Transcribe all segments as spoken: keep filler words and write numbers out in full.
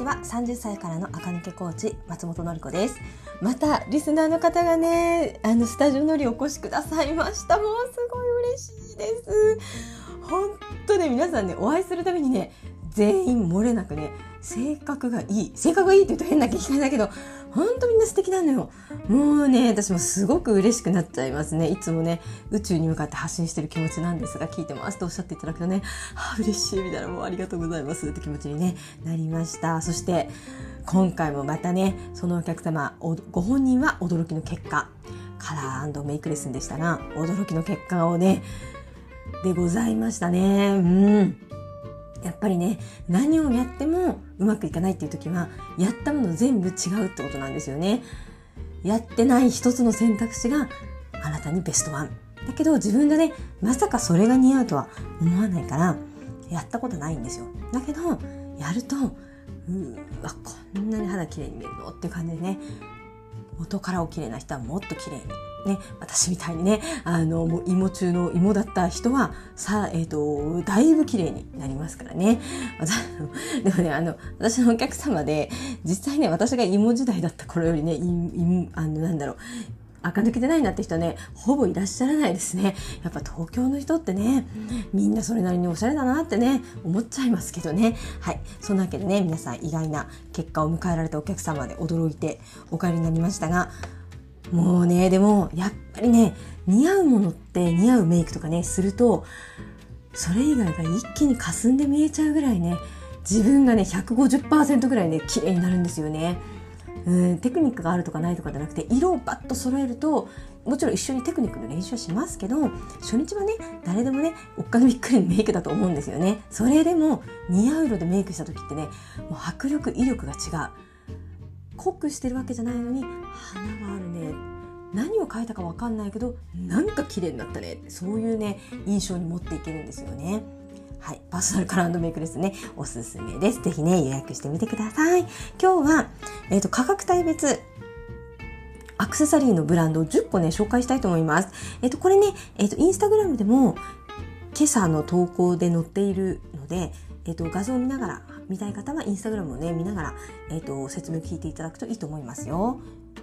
は。さんじゅっさいからの垢抜けコーチ松本のり子です。またリスナーの方がね、あのスタジオのりお越しくださいました。もうすごい嬉しいです。本当ね、皆さんね、お会いするたびにね、全員漏れなくね、性格がいい性格がいいって言うと変な気がしないけど、本当みんな素敵なのよ。もうね、私もすごく嬉しくなっちゃいますね。いつもね、宇宙に向かって発信してる気持ちなんですが、聞いてますとおっしゃっていただくとね、はあ、嬉しいみたいな、もうありがとうございますって気持ちに、ね、なりました。そして今回もまたね、そのお客様ご本人は驚きの結果、カラー&メイクレッスンでしたが、驚きの結果をねでございましたね。うんやっぱりね、何をやってもうまくいかないっていう時は、やったもの全部違うってことなんですよね。やってない一つの選択肢があなたにベストワンだけど、自分でね、まさかそれが似合うとは思わないからやったことないんですよ。だけどやると、うわ、こんなに肌綺麗に見えるのっていう感じでね、元からお綺麗な人はもっと綺麗にね、私みたいにね、あのもう芋中の芋だった人はさ、えーと、だいぶ綺麗になりますからね。でもね、あの私のお客様で実際ね、私が芋時代だった頃よりね、いいあのなんだろう垢抜けてないなって人ね、ほぼいらっしゃらないですね。やっぱ東京の人ってね、みんなそれなりにおしゃれだなってね思っちゃいますけどね。はい、そんなわけでね、皆さん意外な結果を迎えられたお客様で驚いてお帰りになりましたが、もうね、でもやっぱりね、似合うものって似合うメイクとかねすると、それ以外が一気に霞んで見えちゃうぐらいね、自分がね ひゃくごじゅっパーセント ぐらいね綺麗になるんですよね。うんテクニックがあるとかないとかじゃなくて、色をバッと揃えると、もちろん一緒にテクニックの練習はしますけど、初日はね誰でもねおっかのびっくりのメイクだと思うんですよね。それでも似合う色でメイクした時ってね、もう迫力威力が違う。濃くしてるわけじゃないのに花があるね、何を描いたか分かんないけどなんか綺麗になったね、そういうね印象に持っていけるんですよね。はい、パーソナルカラー&メイクですね、おすすめです。ぜひね予約してみてください。今日は、えーと、価格帯別アクセサリーのブランドをじゅっこね紹介したいと思います。えーと、これね、えーと、インスタグラムでも今朝の投稿で載っているので、えーと、画像を見ながら見たい方はインスタグラムをね見ながら、えーと、説明を聞いていただくといいと思いますよ。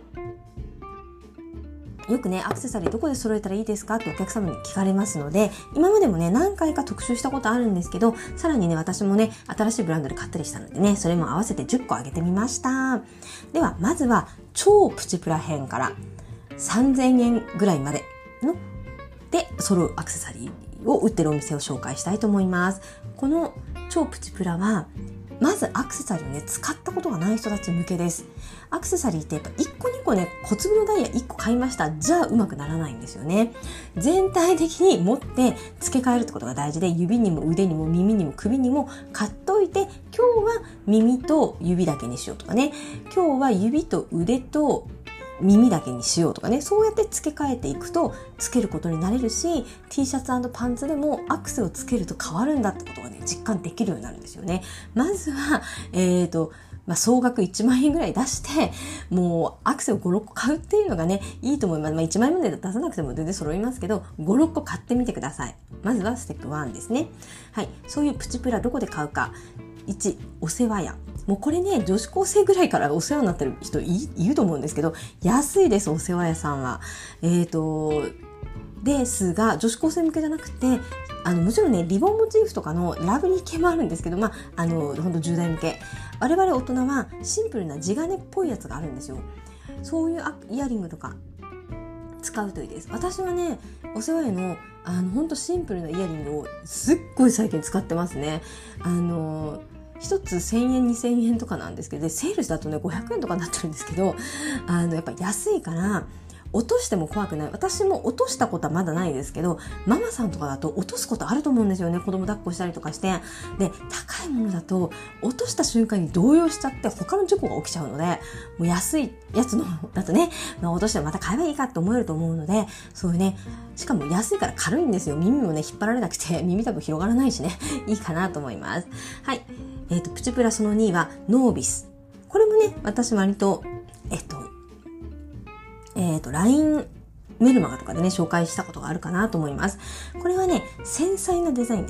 よくね、アクセサリーどこで揃えたらいいですかってお客様に聞かれますので、今までもね何回か特集したことあるんですけど、さらにね私もね新しいブランドで買ったりしたのでね、それも合わせてじゅっこあげてみました。ではまずは超プチプラ編からさんぜんえんぐらいまでので揃うアクセサリーを売ってるお店を紹介したいと思います。この超プチプラはまずアクセサリーをね使ったことがない人たち向けです。アクセサリーってやっぱいっこにこね、小粒のダイヤいっこ買いましたじゃあうまくならないんですよね。全体的に持って付け替えるってことが大事で、指にも腕にも耳にも首にも買っといて、今日は耳と指だけにしようとかね、今日は指と腕と耳だけにしようとかね、そうやって付け替えていくとつけることになれるし、 T シャツ&パンツでもアクセをつけると変わるんだってことがね実感できるようになるんですよね。まずはえーとまあ、総額いちまんえんぐらい出してもうアクセをご、ろっこ買うっていうのがねいいと思います。まあ、いちまんえんまで出さなくても全然揃いますけど、ご、ろっこ買ってみてください。まずはステップワンですね。はい、そういうプチプラどこで買うか。いち、お世話屋。もうこれね、女子高生ぐらいからお世話になってる人 い, いると思うんですけど、安いです、お世話屋さんは。えーとですが、女子高生向けじゃなくて、あのもちろんねリボンモチーフとかのラブリー系もあるんですけど、まああの本当じゅう代向け。我々大人はシンプルな地金っぽいやつがあるんですよ。そういうイヤリングとか使うといいです。私はね、お世話屋のあの本当シンプルなイヤリングをすっごい最近使ってますね。あの一つせんえんにせんえんとかなんですけど、でセールスだとねごひゃくえんとかになってるんですけど、あのやっぱ安いから落としても怖くない。私も落としたことはまだないですけど、ママさんとかだと落とすことあると思うんですよね。子供抱っこしたりとかして。で、高いものだと落とした瞬間に動揺しちゃって他の事故が起きちゃうので、もう安いやつのだとね、まあ、落としてまた買えばいいかって思えると思うので、そういうね、しかも安いから軽いんですよ。耳もね引っ張られなくて、耳たぶ広がらないしね、いいかなと思います。はい、えーとプチプラそのにはノービス。これもね、私割とえっとえーと、ライン メルマガとかでね、紹介したことがあるかなと思います。これはね、繊細なデザインです。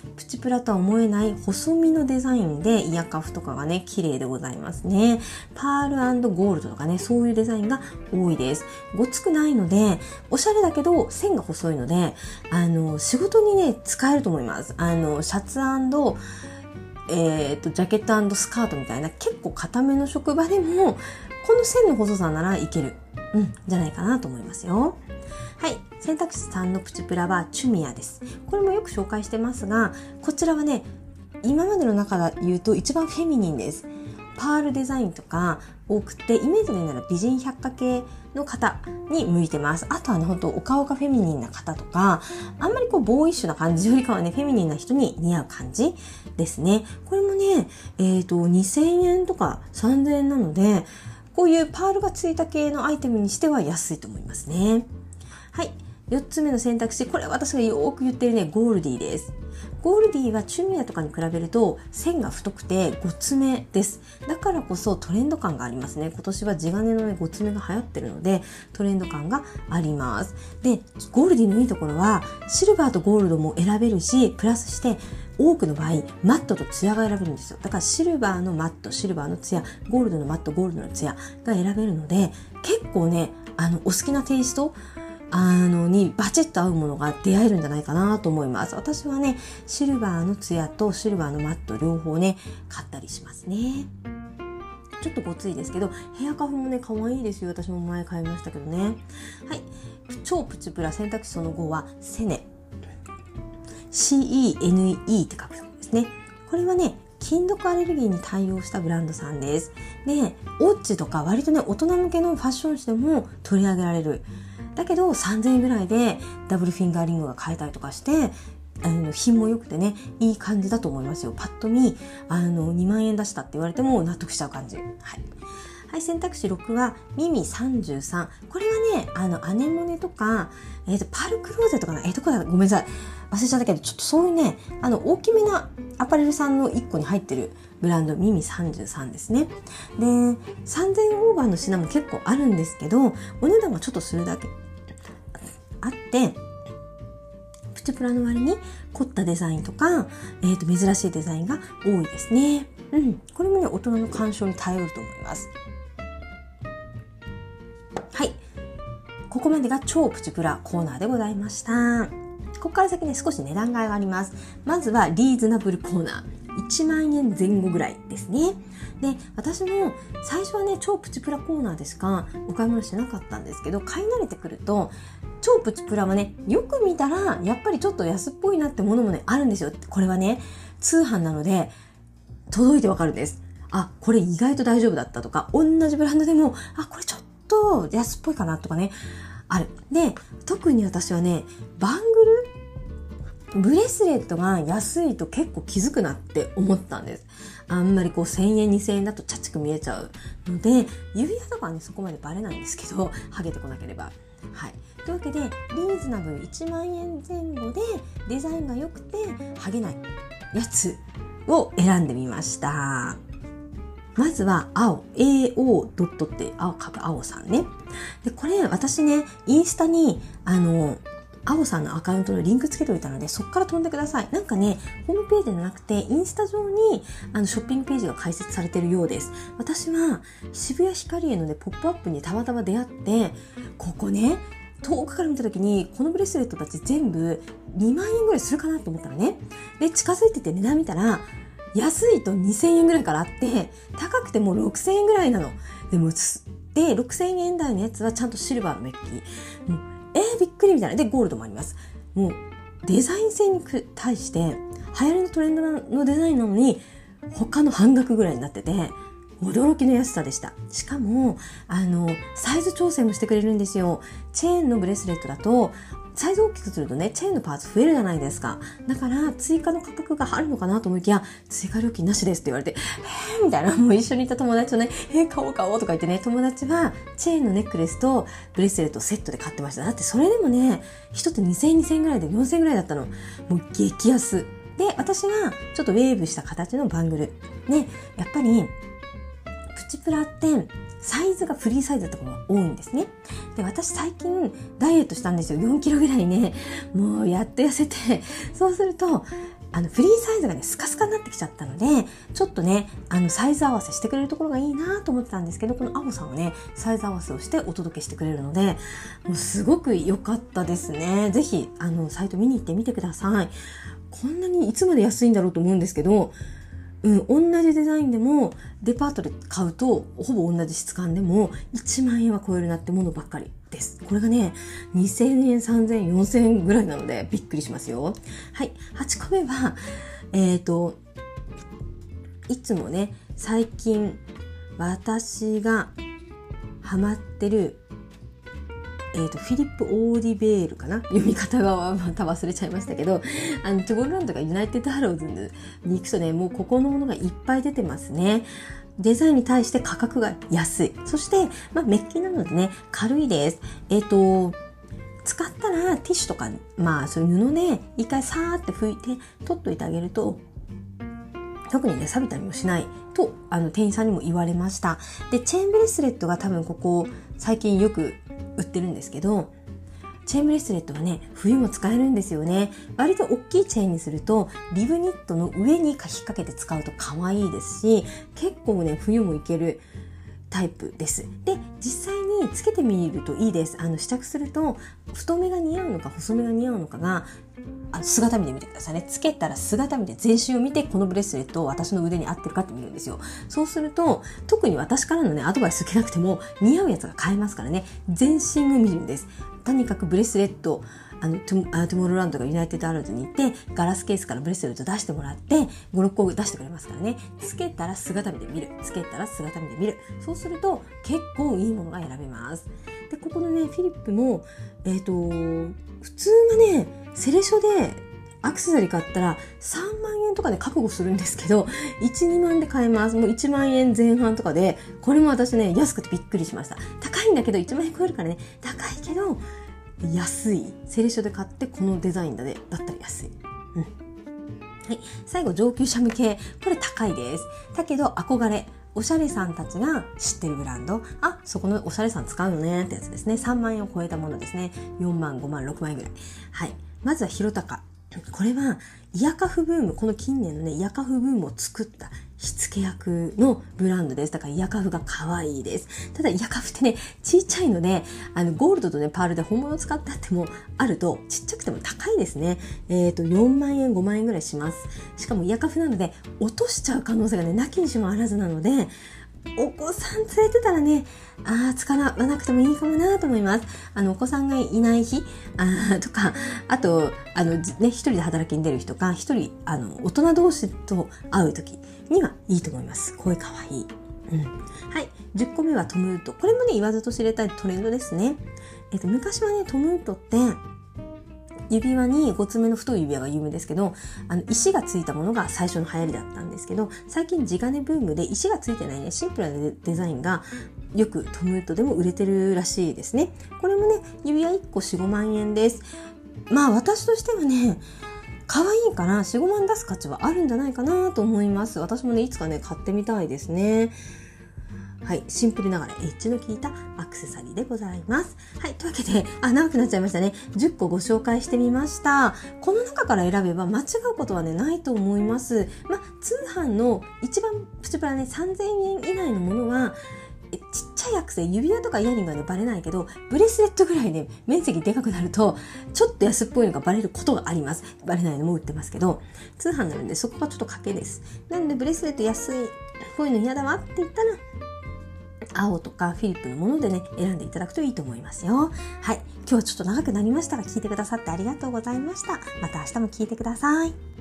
プチプラとは思えない細身のデザインでイヤカフとかがね、綺麗でございますね。パール&ゴールドとかね、そういうデザインが多いです。ごつくないので、おしゃれだけど線が細いので、あの、仕事にね、使えると思います。あの、シャツ&えー、とジャケット&スカートみたいな結構固めの職場でもこの線の細さならいける、うん、じゃないかなと思いますよ。はい、選択肢さんのプチプラはチュミアです。これもよく紹介してますが、こちらはね、今までの中で言うと一番フェミニンです。パールデザインとか多くて、イメージで言うなら美人百貨系の方に向いてます。あとはね、本当お顔がフェミニンな方とか、あんまりこうボーイッシュな感じよりかはね、フェミニンな人に似合う感じですね。これもね、えっとにせんえんとかさんぜんえんなので、こういうパールがついた系のアイテムにしては安いと思いますね。はい、よっつめの選択肢、これは私がよく言ってるね、ゴールディです。ゴールディはチュミアとかに比べると線が太くてごつめです。だからこそトレンド感がありますね。今年は地金のね、ごつめが流行ってるのでトレンド感があります。で、ゴールディのいいところはシルバーとゴールドも選べるし、プラスして多くの場合マットとツヤが選べるんですよ。だからシルバーのマット、シルバーのツヤ、ゴールドのマット、ゴールドのツヤが選べるので、結構ね、あのお好きなテイストあのにバチッと合うものが出会えるんじゃないかなと思います。私はね、シルバーのツヤとシルバーのマット両方ね、買ったりしますね。ちょっとごついですけど、ヘアカフもね、可愛いですよ。私も前買いましたけどね。はい。超プチプラ選択肢そのごはセネ。シーイーエヌイー って書くんですね。これはね、金属アレルギーに対応したブランドさんです。で、オッチとか割とね、大人向けのファッション誌でも取り上げられる。だけどさんぜんえんぐらいでダブルフィンガーリングが買えたりとかして、あの品も良くてね、いい感じだと思いますよ。パッと見あのにまんえん出したって言われても納得しちゃう感じ。はい、はい、選択肢ろくはミミさんじゅうさん。これはね、あのアネモネとか、えー、とパルクローゼとかな、えー、どこだ、ごめんなさい、忘れちゃったけど、ちょっとそういうね、あの大きめなアパレルさんのいっこに入ってるブランド、ミミさんじゅうさんですね。で、さんぜんえんオーバーの品も結構あるんですけど、お値段はちょっとするだけあって、プチプラの割に凝ったデザインとか、えー、と珍しいデザインが多いですね。うん、これもね、大人の鑑賞に耐えうると思います。はい、ここまでが超プチプラコーナーでございました。ここから先ね、少し値段が上がります。まずはリーズナブルコーナー、いちまんえんぜん後ぐらいですね。で、私も最初はね、超プチプラコーナーでしかお買い物してなかったんですけど、買い慣れてくると超プチプラはね、よく見たらやっぱりちょっと安っぽいなってものもね、あるんですよ。これはね、通販なので届いてわかるんです。あ、これ意外と大丈夫だったとか、同じブランドでも、あ、これちょっと安っぽいかなとかね、ある。で、特に私はね、バングルブレスレットが安いと結構気づくなって思ったんです。あんまりこうせんえんにせんえんだとチャチく見えちゃうので、指輪とかはね、そこまでバレないんですけど、ハゲてこなければ。はい。というわけで、リーズナブルいちまんえんぜん後でデザインが良くてハゲないやつを選んでみました。まずは青、エーオー ドットって青書く青さんね。で、これ私ね、インスタにあの青さんのアカウントのリンクつけておいたので、そこから飛んでください。なんかね、ホームページじゃなくてインスタ上にあのショッピングページが開設されているようです。私は渋谷ヒカリエのね、ポップアップにたまたま出会って、ここね、遠くから見た時にこのブレスレットたち全部にまんえんぐらいするかなと思ったらね、で近づいてて値段見たら安いとにせんえんぐらいからあって、高くてもろくせんえんぐらいなので、もでろくせんえん台のやつはちゃんとシルバーのメッキ、もうえー、びっくりみたいな。でゴールドもあります。もうデザイン性に対して流行りのトレンドのデザインなのに他の半額ぐらいになってて、驚きの安さでした。しかもあのサイズ調整もしてくれるんですよ。チェーンのブレスレットだとサイズ大きくするとね、チェーンのパーツ増えるじゃないですか。だから追加の価格があるのかなと思いきや、追加料金なしですって言われて、えーみたいな。もう一緒にいた友達とね、えー、買おう買おうとか言ってね、友達はチェーンのネックレスとブレスレットセットで買ってました。だってそれでもね、一つにせんえんにせんえんぐらいでよんせんえんぐらいだったの。もう激安で、私はちょっとウェーブした形のバングルね。やっぱりプチプラってサイズがフリーサイズとかが多いんですね。で、私最近ダイエットしたんですよ。よんキロぐらいね、もうやっと痩せて、そうすると、あのフリーサイズがねスカスカになってきちゃったので、ちょっとねあのサイズ合わせしてくれるところがいいなと思ってたんですけど、このアホさんはねサイズ合わせをしてお届けしてくれるので、もうすごく良かったですね。ぜひあのサイト見に行ってみてください。こんなにいつまで安いんだろうと思うんですけど、うん、同じデザインでもデパートで買うとほぼ同じ質感でもいちまんえんは超えるなってものばっかりです。これがねにせんえん、さんぜんえん、よんせんえんぐらいなのでびっくりしますよ。はい、はちこめはえっといつもね最近私がハマってるえー、とフィリップ・オーディベールかな、読み方がまた忘れちゃいましたけど、あのトゥゴルランドとかユナイテッドハローズに行くとね、もうここのものがいっぱい出てますね。デザインに対して価格が安い、そして、まあ、メッキなのでね軽いです。えっ、ー、と使ったらティッシュとか、まあそういう布で一回さーって拭いて取っといてあげると特にね錆びたりもしないとあの店員さんにも言われました。でチェーンブレスレットが多分ここ最近よく売ってるんですけど、チェーンブレスレットはね冬も使えるんですよね。割と大きいチェーンにするとリブニットの上に引っ掛けて使うと可愛いですし、結構ね冬もいけるタイプです。で実際につけてみるといいです。あの試着すると太めが似合うのか細めが似合うのかがあ姿見で見てくださいね。つけたら姿見で全身を見て、このブレスレットを私の腕に合ってるかって見るんですよ。そうすると特に私からのねアドバイス受けなくても似合うやつが買えますからね、全身を見るんです。とにかくブレスレットあのトゥあトゥモローランドがユナイテッドアローズに行ってガラスケースからブレスレット出してもらってご、ろっこ出してくれますからね。つけたら姿見で見る、つけたら姿見で見る。そうすると結構いいものが選べます。でここのねフィリップもえっと普通はねセレショでアクセサリー買ったらさんまんえんとかで覚悟するんですけど、いち、にまんで買えます。もういちまんえんぜん半とかで、これも私ね安くてびっくりしました。高いんだけどいちまんえん超えるからね、高いけど安い。セレショで買ってこのデザインだでだったら安い。うん。はい、最後上級者向け、これ高いです。だけど憧れ。おしゃれさんたちが知ってるブランド、あ、そこのおしゃれさん使うのねってやつですね。さんまんえんを超えたものですね。よんまん、ごまん、ろくまんえんぐらい。はい。まずはひろたか。これはイヤカフブーム、この近年のねイヤカフブームを作った火付け役のブランドです。だからイヤカフが可愛いです。ただイヤカフってねちっちゃいので、あのゴールドとねパールで本物を使ってあってもあるとちっちゃくても高いですね。えっとよんまんえん、ごまんえんぐらいします。しかもイヤカフなので落としちゃう可能性がねなきにしもあらずなので、お子さん連れてたらね、あー使わなくてもいいかもなと思います。あのお子さんがいない日あとか、あとあのね一人で働きに出る日とか、一人あの大人同士と会う時にはいいと思います。声かわいい。うん、はい、じゅっこめはトムート。これもね言わずと知れたトレンドですね。えっと昔はねトムートって指輪にごつめの太い指輪が有名ですけど、あの石がついたものが最初の流行りだったんですけど、最近地金ブームで石がついてないねシンプルなデザインがよくトムートでも売れてるらしいですね。これもね指輪いっこよん、ごまんえんです。まあ私としてはね可愛いからよん、ごまん出す価値はあるんじゃないかなと思います。私もねいつかね買ってみたいですね。はい、シンプルながらエッジの効いたアクセサリーでございます。はい、というわけで、あ、長くなっちゃいましたね。じゅっこご紹介してみました。この中から選べば間違うことはね、ないと思います。まあ、通販の一番プチプラね、さんぜんえん以内のものは、ちっちゃいアクセ、指輪とかイヤリングはね、バレないけど、ブレスレットぐらいね、面積でかくなると、ちょっと安っぽいのがバレることがあります。バレないのも売ってますけど、通販なのでそこがちょっと賭けです。なので、ブレスレット安い、こういうの嫌だわって言ったら、青とかフィリップのものでね選んでいただくといいと思いますよ。はい、今日はちょっと長くなりましたが聞いてくださってありがとうございました。また明日も聞いてください。